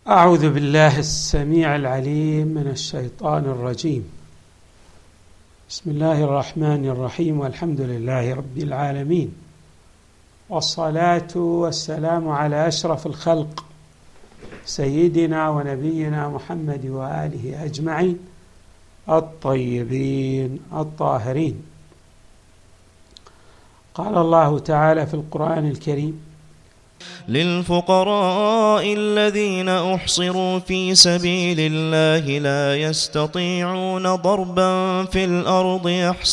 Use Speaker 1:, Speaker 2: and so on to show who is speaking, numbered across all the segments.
Speaker 1: أعوذ بالله السميع العليم من الشيطان الرجيم. بسم الله الرحمن الرحيم، والحمد لله رب العالمين، والصلاة والسلام على أشرف الخلق سيدنا ونبينا محمد وآله أجمعين الطيبين الطاهرين. قال الله تعالى في القرآن الكريم:
Speaker 2: للفقراء الذين أحصروا في سبيل الله لا يستطيعون ضربا في الأرض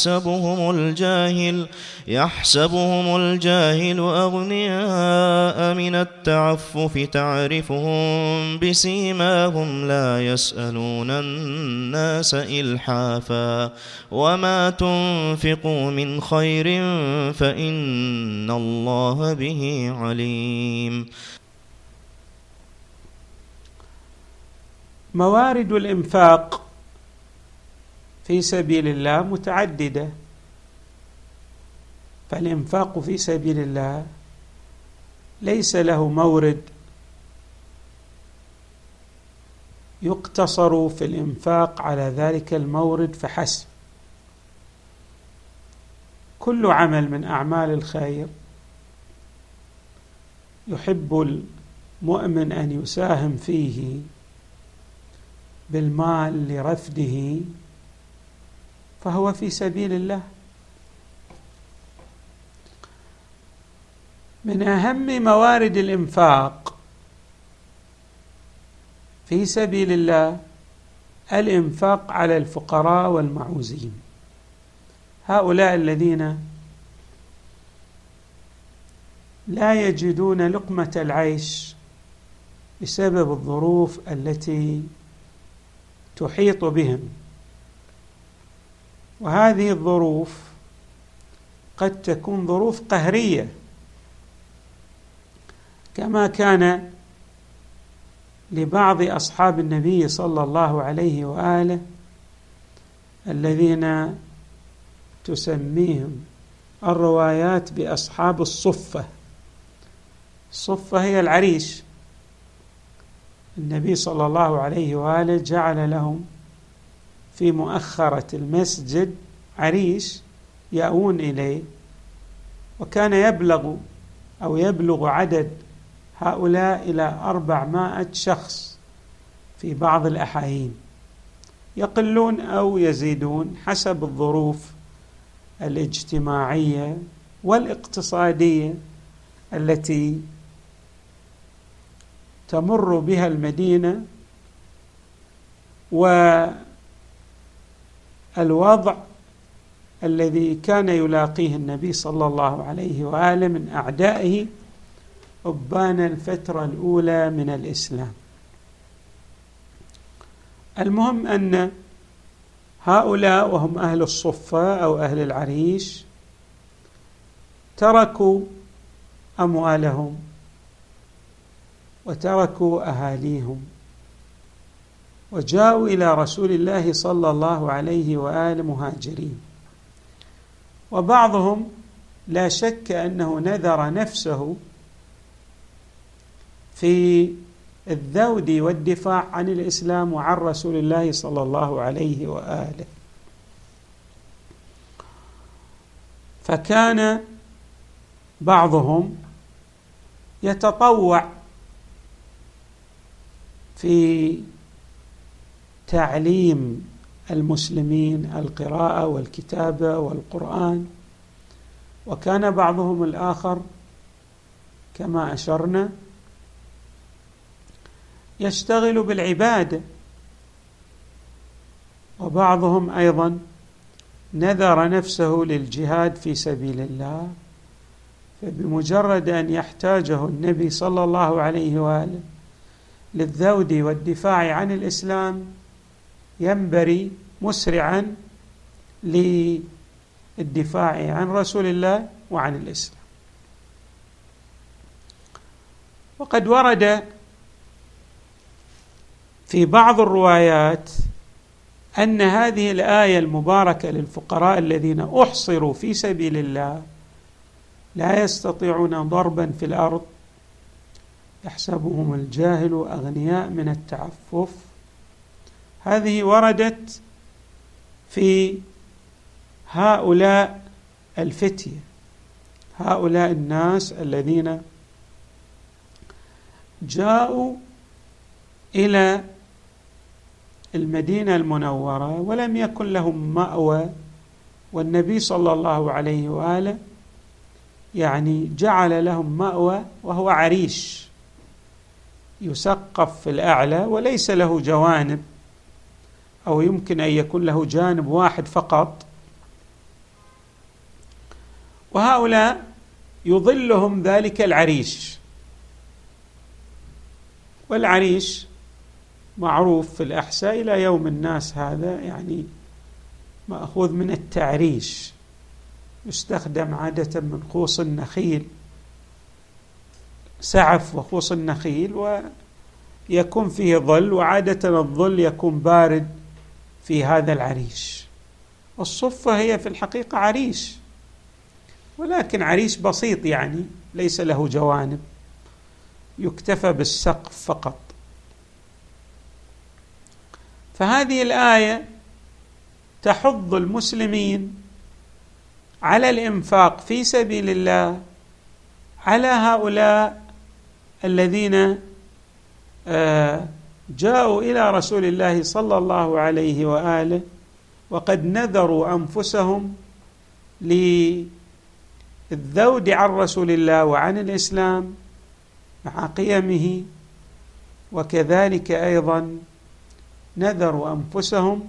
Speaker 2: يحسبهم الجاهل أغنياء من التعفف تعرفهم بسيماهم لا يسألون الناس إلحافا وما تنفقوا من خير فإن الله به عليم.
Speaker 1: موارد الإنفاق في سبيل الله متعددة، فالإنفاق في سبيل الله ليس له مورد يقتصر في الإنفاق على ذلك المورد فحسب. كل عمل من أعمال الخير يحب المؤمن أن يساهم فيه بالمال لرفده فهو في سبيل الله. من أهم موارد الإنفاق في سبيل الله الإنفاق على الفقراء والمعوزين، هؤلاء الذين لا يجدون لقمة العيش بسبب الظروف التي تحيط بهم، وهذه الظروف قد تكون ظروف قهرية، كما كان لبعض أصحاب النبي صلى الله عليه وآله الذين تسميهم الروايات بأصحاب الصفة. الصفة هي العريش. النبي صلى الله عليه وآله جعل لهم في مؤخرة المسجد عريش يأوون إليه، وكان يبلغ عدد هؤلاء إلى 400 شخص في بعض الأحايين، يقلون أو يزيدون حسب الظروف الاجتماعية والاقتصادية التي تمر بها المدينة والوضع الذي كان يلاقيه النبي صلى الله عليه وآله من أعدائه أبان الفترة الأولى من الإسلام. المهم أن هؤلاء وهم أهل الصفة أو أهل العريش تركوا أموالهم وتركوا أهاليهم وجاءوا إلى رسول الله صلى الله عليه وآله مهاجرين، وبعضهم لا شك أنه نذر نفسه في الذود والدفاع عن الإسلام وعن رسول الله صلى الله عليه وآله، فكان بعضهم يتطوع في تعليم المسلمين القراءة والكتابة والقرآن، وكان بعضهم الآخر كما أشرنا يشتغل بالعبادة، وبعضهم أيضا نذر نفسه للجهاد في سبيل الله، فبمجرد أن يحتاجه النبي صلى الله عليه وآله للذود والدفاع عن الإسلام ينبري مسرعا للدفاع عن رسول الله وعن الإسلام. وقد ورد في بعض الروايات أن هذه الآية المباركة للفقراء الذين أحصروا في سبيل الله لا يستطيعون ضربا في الأرض يحسبهم الجاهل أغنياء من التعفف، هذه وردت في هؤلاء الفتية، هؤلاء الناس الذين جاءوا إلى المدينة المنورة ولم يكن لهم مأوى، والنبي صلى الله عليه وآله جعل لهم مأوى، وهو عريش يسقف في الأعلى وليس له جوانب، أو يمكن أن يكون له جانب واحد فقط، وهؤلاء يظلهم ذلك العريش. والعريش معروف في الأحساء إلى يوم الناس هذا، مأخوذ من التعريش، يستخدم عادة من خوص النخيل، سعف وخوص النخيل، ويكون فيه ظل، وعادة الظل يكون بارد في هذا العريش. الصفة هي في الحقيقة عريش، ولكن عريش بسيط، ليس له جوانب، يكتفى بالسقف فقط. فهذه الآية تحض المسلمين على الإنفاق في سبيل الله على هؤلاء الذين جاءوا إلى رسول الله صلى الله عليه وآله وقد نذروا أنفسهم للذود عن رسول الله وعن الإسلام مع قيمه، وكذلك أيضا نذروا أنفسهم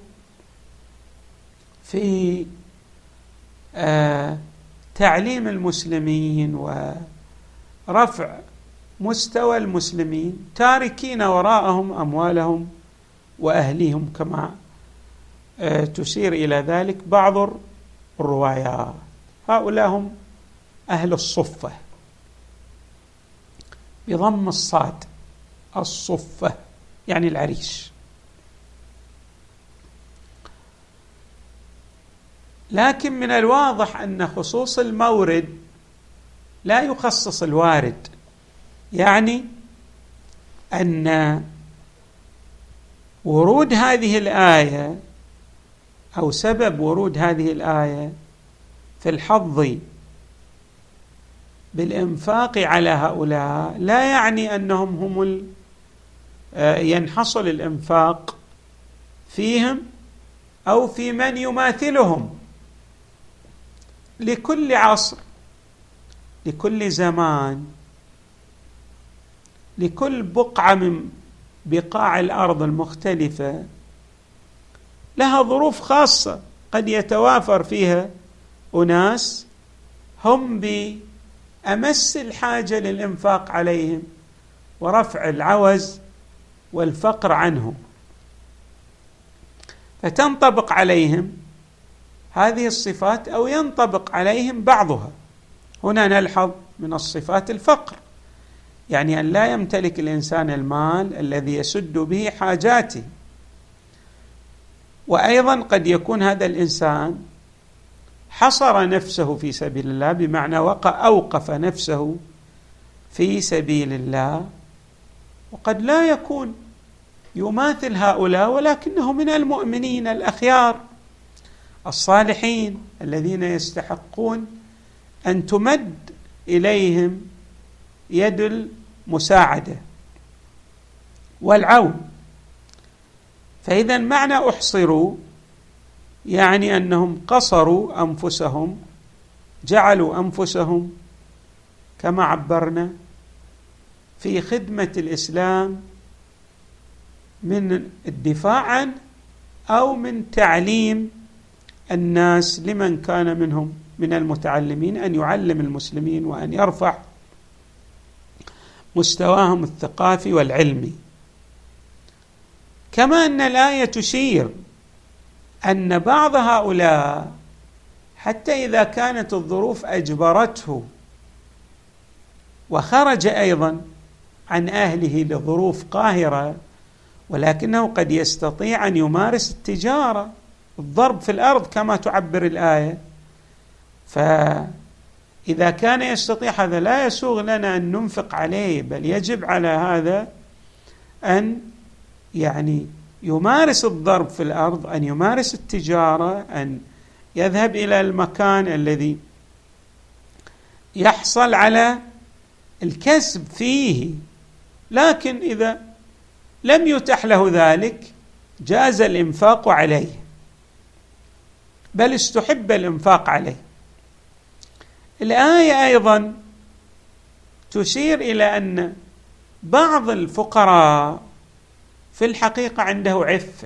Speaker 1: في تعليم المسلمين ورفع مستوى المسلمين، تاركين وراءهم أموالهم وأهليهم، كما تشير إلى ذلك بعض الروايات. هؤلاء هم أهل الصفة بضم الصاد، الصفة العريش. لكن من الواضح أن خصوص المورد لا يخصص الوارد، أن ورود هذه الآية أو سبب ورود هذه الآية في الحظ بالإنفاق على هؤلاء لا يعني أنهم هم ينحصل الإنفاق فيهم أو في من يماثلهم. لكل عصر، لكل زمان، لكل بقعة من بقاع الأرض المختلفة لها ظروف خاصة، قد يتوافر فيها أناس هم بأمس الحاجة للإنفاق عليهم ورفع العوز والفقر عنهم، فتنطبق عليهم هذه الصفات أو ينطبق عليهم بعضها. هنا نلحظ من الصفات الفقر، أن لا يمتلك الإنسان المال الذي يسد به حاجاته. وأيضا قد يكون هذا الإنسان حصر نفسه في سبيل الله، بمعنى أوقف نفسه في سبيل الله، وقد لا يكون يماثل هؤلاء، ولكنه من المؤمنين الأخيار الصالحين الذين يستحقون أن تمد إليهم يد المساعدة والعون. فإذا معنى أحصروا أنهم قصروا أنفسهم، جعلوا أنفسهم كما عبرنا في خدمة الإسلام من الدفاع عنه أو من تعليم الناس لمن كان منهم من المتعلمين أن يعلم المسلمين وأن يرفع مستواهم الثقافي والعلمي. كما أن الآية تشير أن بعض هؤلاء حتى إذا كانت الظروف أجبرته وخرج أيضا عن أهله لظروف قاهرة، ولكنه قد يستطيع أن يمارس التجارة، الضرب في الأرض كما تعبر الآية، إذا كان يستطيع هذا لا يسوغ لنا أن ننفق عليه، بل يجب على هذا أن يعني يمارس الضرب في الأرض، أن يمارس التجارة، أن يذهب إلى المكان الذي يحصل على الكسب فيه. لكن إذا لم يتح له ذلك جاز الإنفاق عليه، بل استحب الإنفاق عليه. الآية أيضا تشير إلى أن بعض الفقراء في الحقيقة عنده عفة،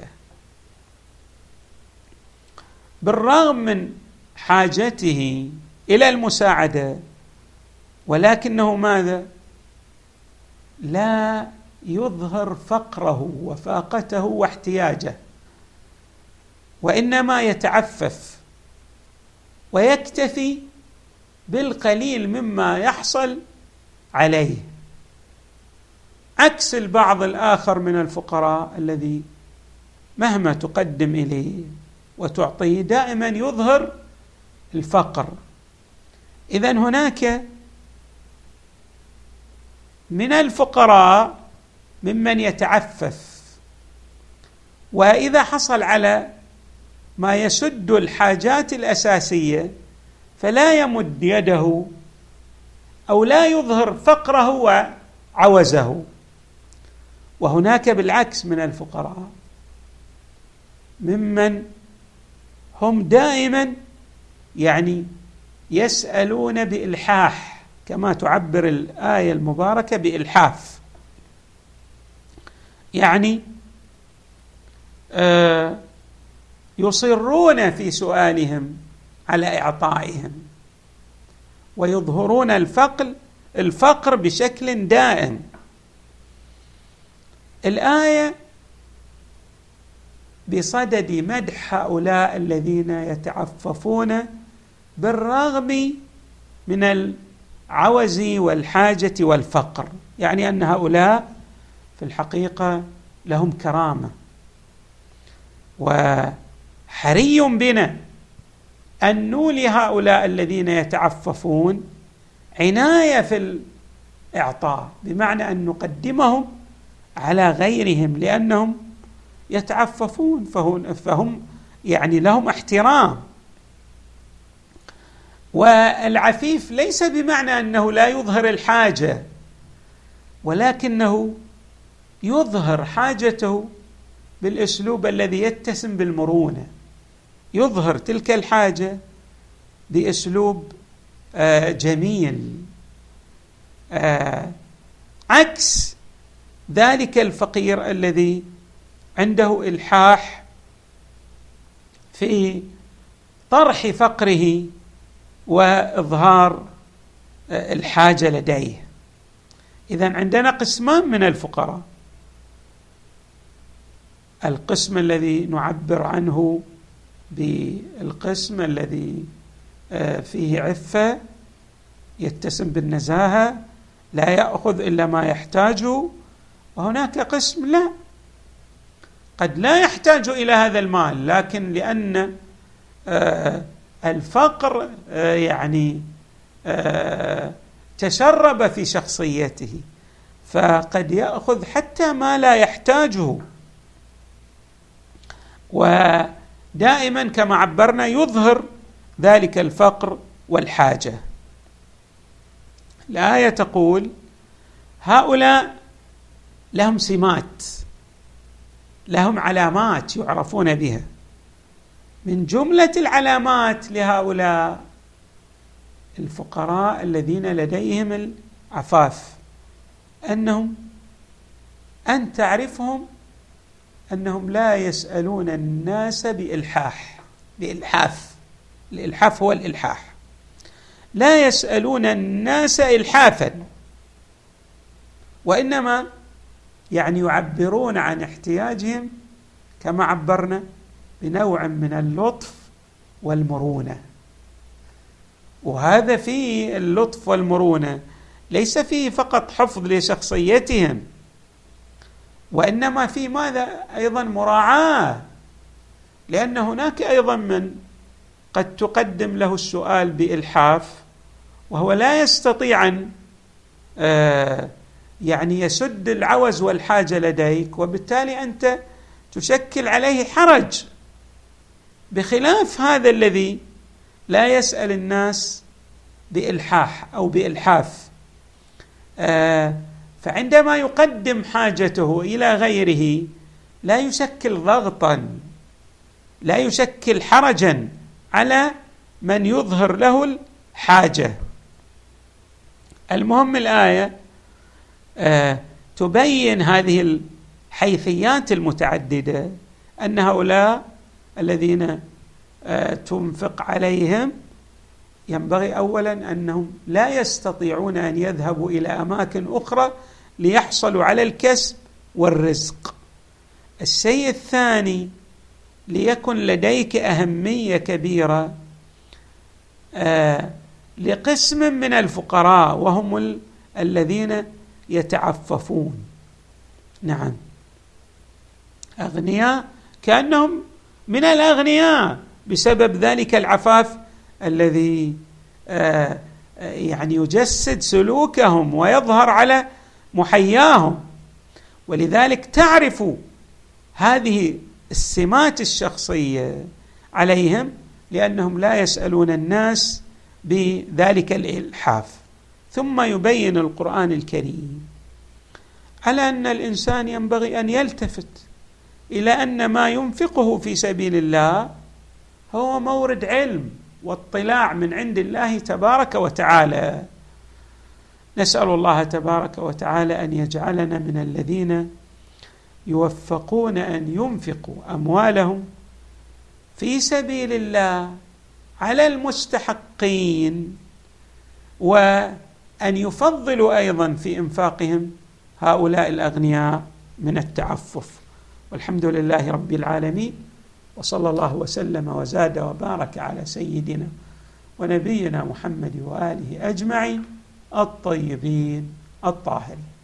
Speaker 1: بالرغم من حاجته إلى المساعدة، ولكنه ماذا؟ لا يظهر فقره وفاقته واحتياجه، وإنما يتعفف ويكتفي بالقليل مما يحصل عليه، عكس البعض الآخر من الفقراء الذي مهما تقدم إليه وتعطيه دائما يظهر الفقر. إذن هناك من الفقراء ممن يتعفف، وإذا حصل على ما يسد الحاجات الأساسية فلا يمد يده أو لا يظهر فقره وعوزه. وهناك بالعكس من الفقراء ممن هم دائما يعني يسألون بإلحاح، كما تعبر الآية المباركة بإلحاف، يعني يصرون في سؤالهم على إعطائهم، ويظهرون الفقر بشكل دائم. الآية بصدد مدح هؤلاء الذين يتعففون بالرغم من العوز والحاجة والفقر، يعني أن هؤلاء في الحقيقة لهم كرامة، وحري بنا أن نولي هؤلاء الذين يتعففون عناية في الإعطاء، بمعنى أن نقدمهم على غيرهم لأنهم يتعففون، فهم يعني لهم احترام. والعفيف ليس بمعنى أنه لا يظهر الحاجة، ولكنه يظهر حاجته بالأسلوب الذي يتسم بالمرونة، يظهر تلك الحاجة بأسلوب جميل، عكس ذلك الفقير الذي عنده إلحاح في طرح فقره وإظهار الحاجة لديه. إذن عندنا قسمان من الفقراء: القسم الذي نعبر عنه بالقسم الذي فيه عفة، يتسم بالنزاهة، لا يأخذ إلا ما يحتاجه. وهناك قسم لا، قد لا يحتاج إلى هذا المال، لكن لأن الفقر يعني تسرب في شخصيته، فقد يأخذ حتى ما لا يحتاجه، ودائما كما عبرنا يظهر ذلك الفقر والحاجة. الآية تقول: هؤلاء لهم سمات، لهم علامات يعرفون بها. من جملة العلامات لهؤلاء الفقراء الذين لديهم العفاف أن تعرفهم أنهم لا يسألون الناس بإلحاح. الإلحاف هو الإلحاح، لا يسألون الناس إلحافا، وإنما يعني يعبرون عن احتياجهم كما عبرنا بنوع من اللطف والمرونة. وهذا فيه اللطف والمرونة ليس فيه فقط حفظ لشخصيتهم، وإنما فيه ماذا أيضا؟ مراعاة، لأن هناك أيضا من قد تقدم له السؤال بإلحاف وهو لا يستطيع أن يعني يسد العوز والحاجة لديك، وبالتالي أنت تشكل عليه حرج، بخلاف هذا الذي لا يسأل الناس بإلحاح أو بإلحاف. فعندما يقدم حاجته إلى غيره لا يشكل ضغطا، لا يشكل حرجا على من يظهر له الحاجة. المهم الآية تبين هذه الحيثيات المتعددة، أن هؤلاء الذين تنفق عليهم ينبغي أولا أنهم لا يستطيعون أن يذهبوا إلى أماكن أخرى ليحصلوا على الكسب والرزق. الشيء الثاني، ليكن لديك أهمية كبيرة لقسم من الفقراء وهم الذين يتعففون. نعم، أغنياء كأنهم من الأغنياء بسبب ذلك العفاف الذي يعني يجسد سلوكهم ويظهر على محياهم، ولذلك تعرف هذه السمات الشخصية عليهم لأنهم لا يسألون الناس بذلك الإلحاف. ثم يبين القرآن الكريم على أن الإنسان ينبغي أن يلتفت إلى أن ما ينفقه في سبيل الله هو مورد علم واطلاع من عند الله تبارك وتعالى. نسأل الله تبارك وتعالى أن يجعلنا من الذين يوفقون أن ينفقوا أموالهم في سبيل الله على المستحقين، وأن يفضلوا أيضا في إنفاقهم هؤلاء الأغنياء من التعفف. والحمد لله رب العالمين، وصلى الله وسلم وزاد وبارك على سيدنا ونبينا محمد وآله أجمعين الطيبين الطاهرين.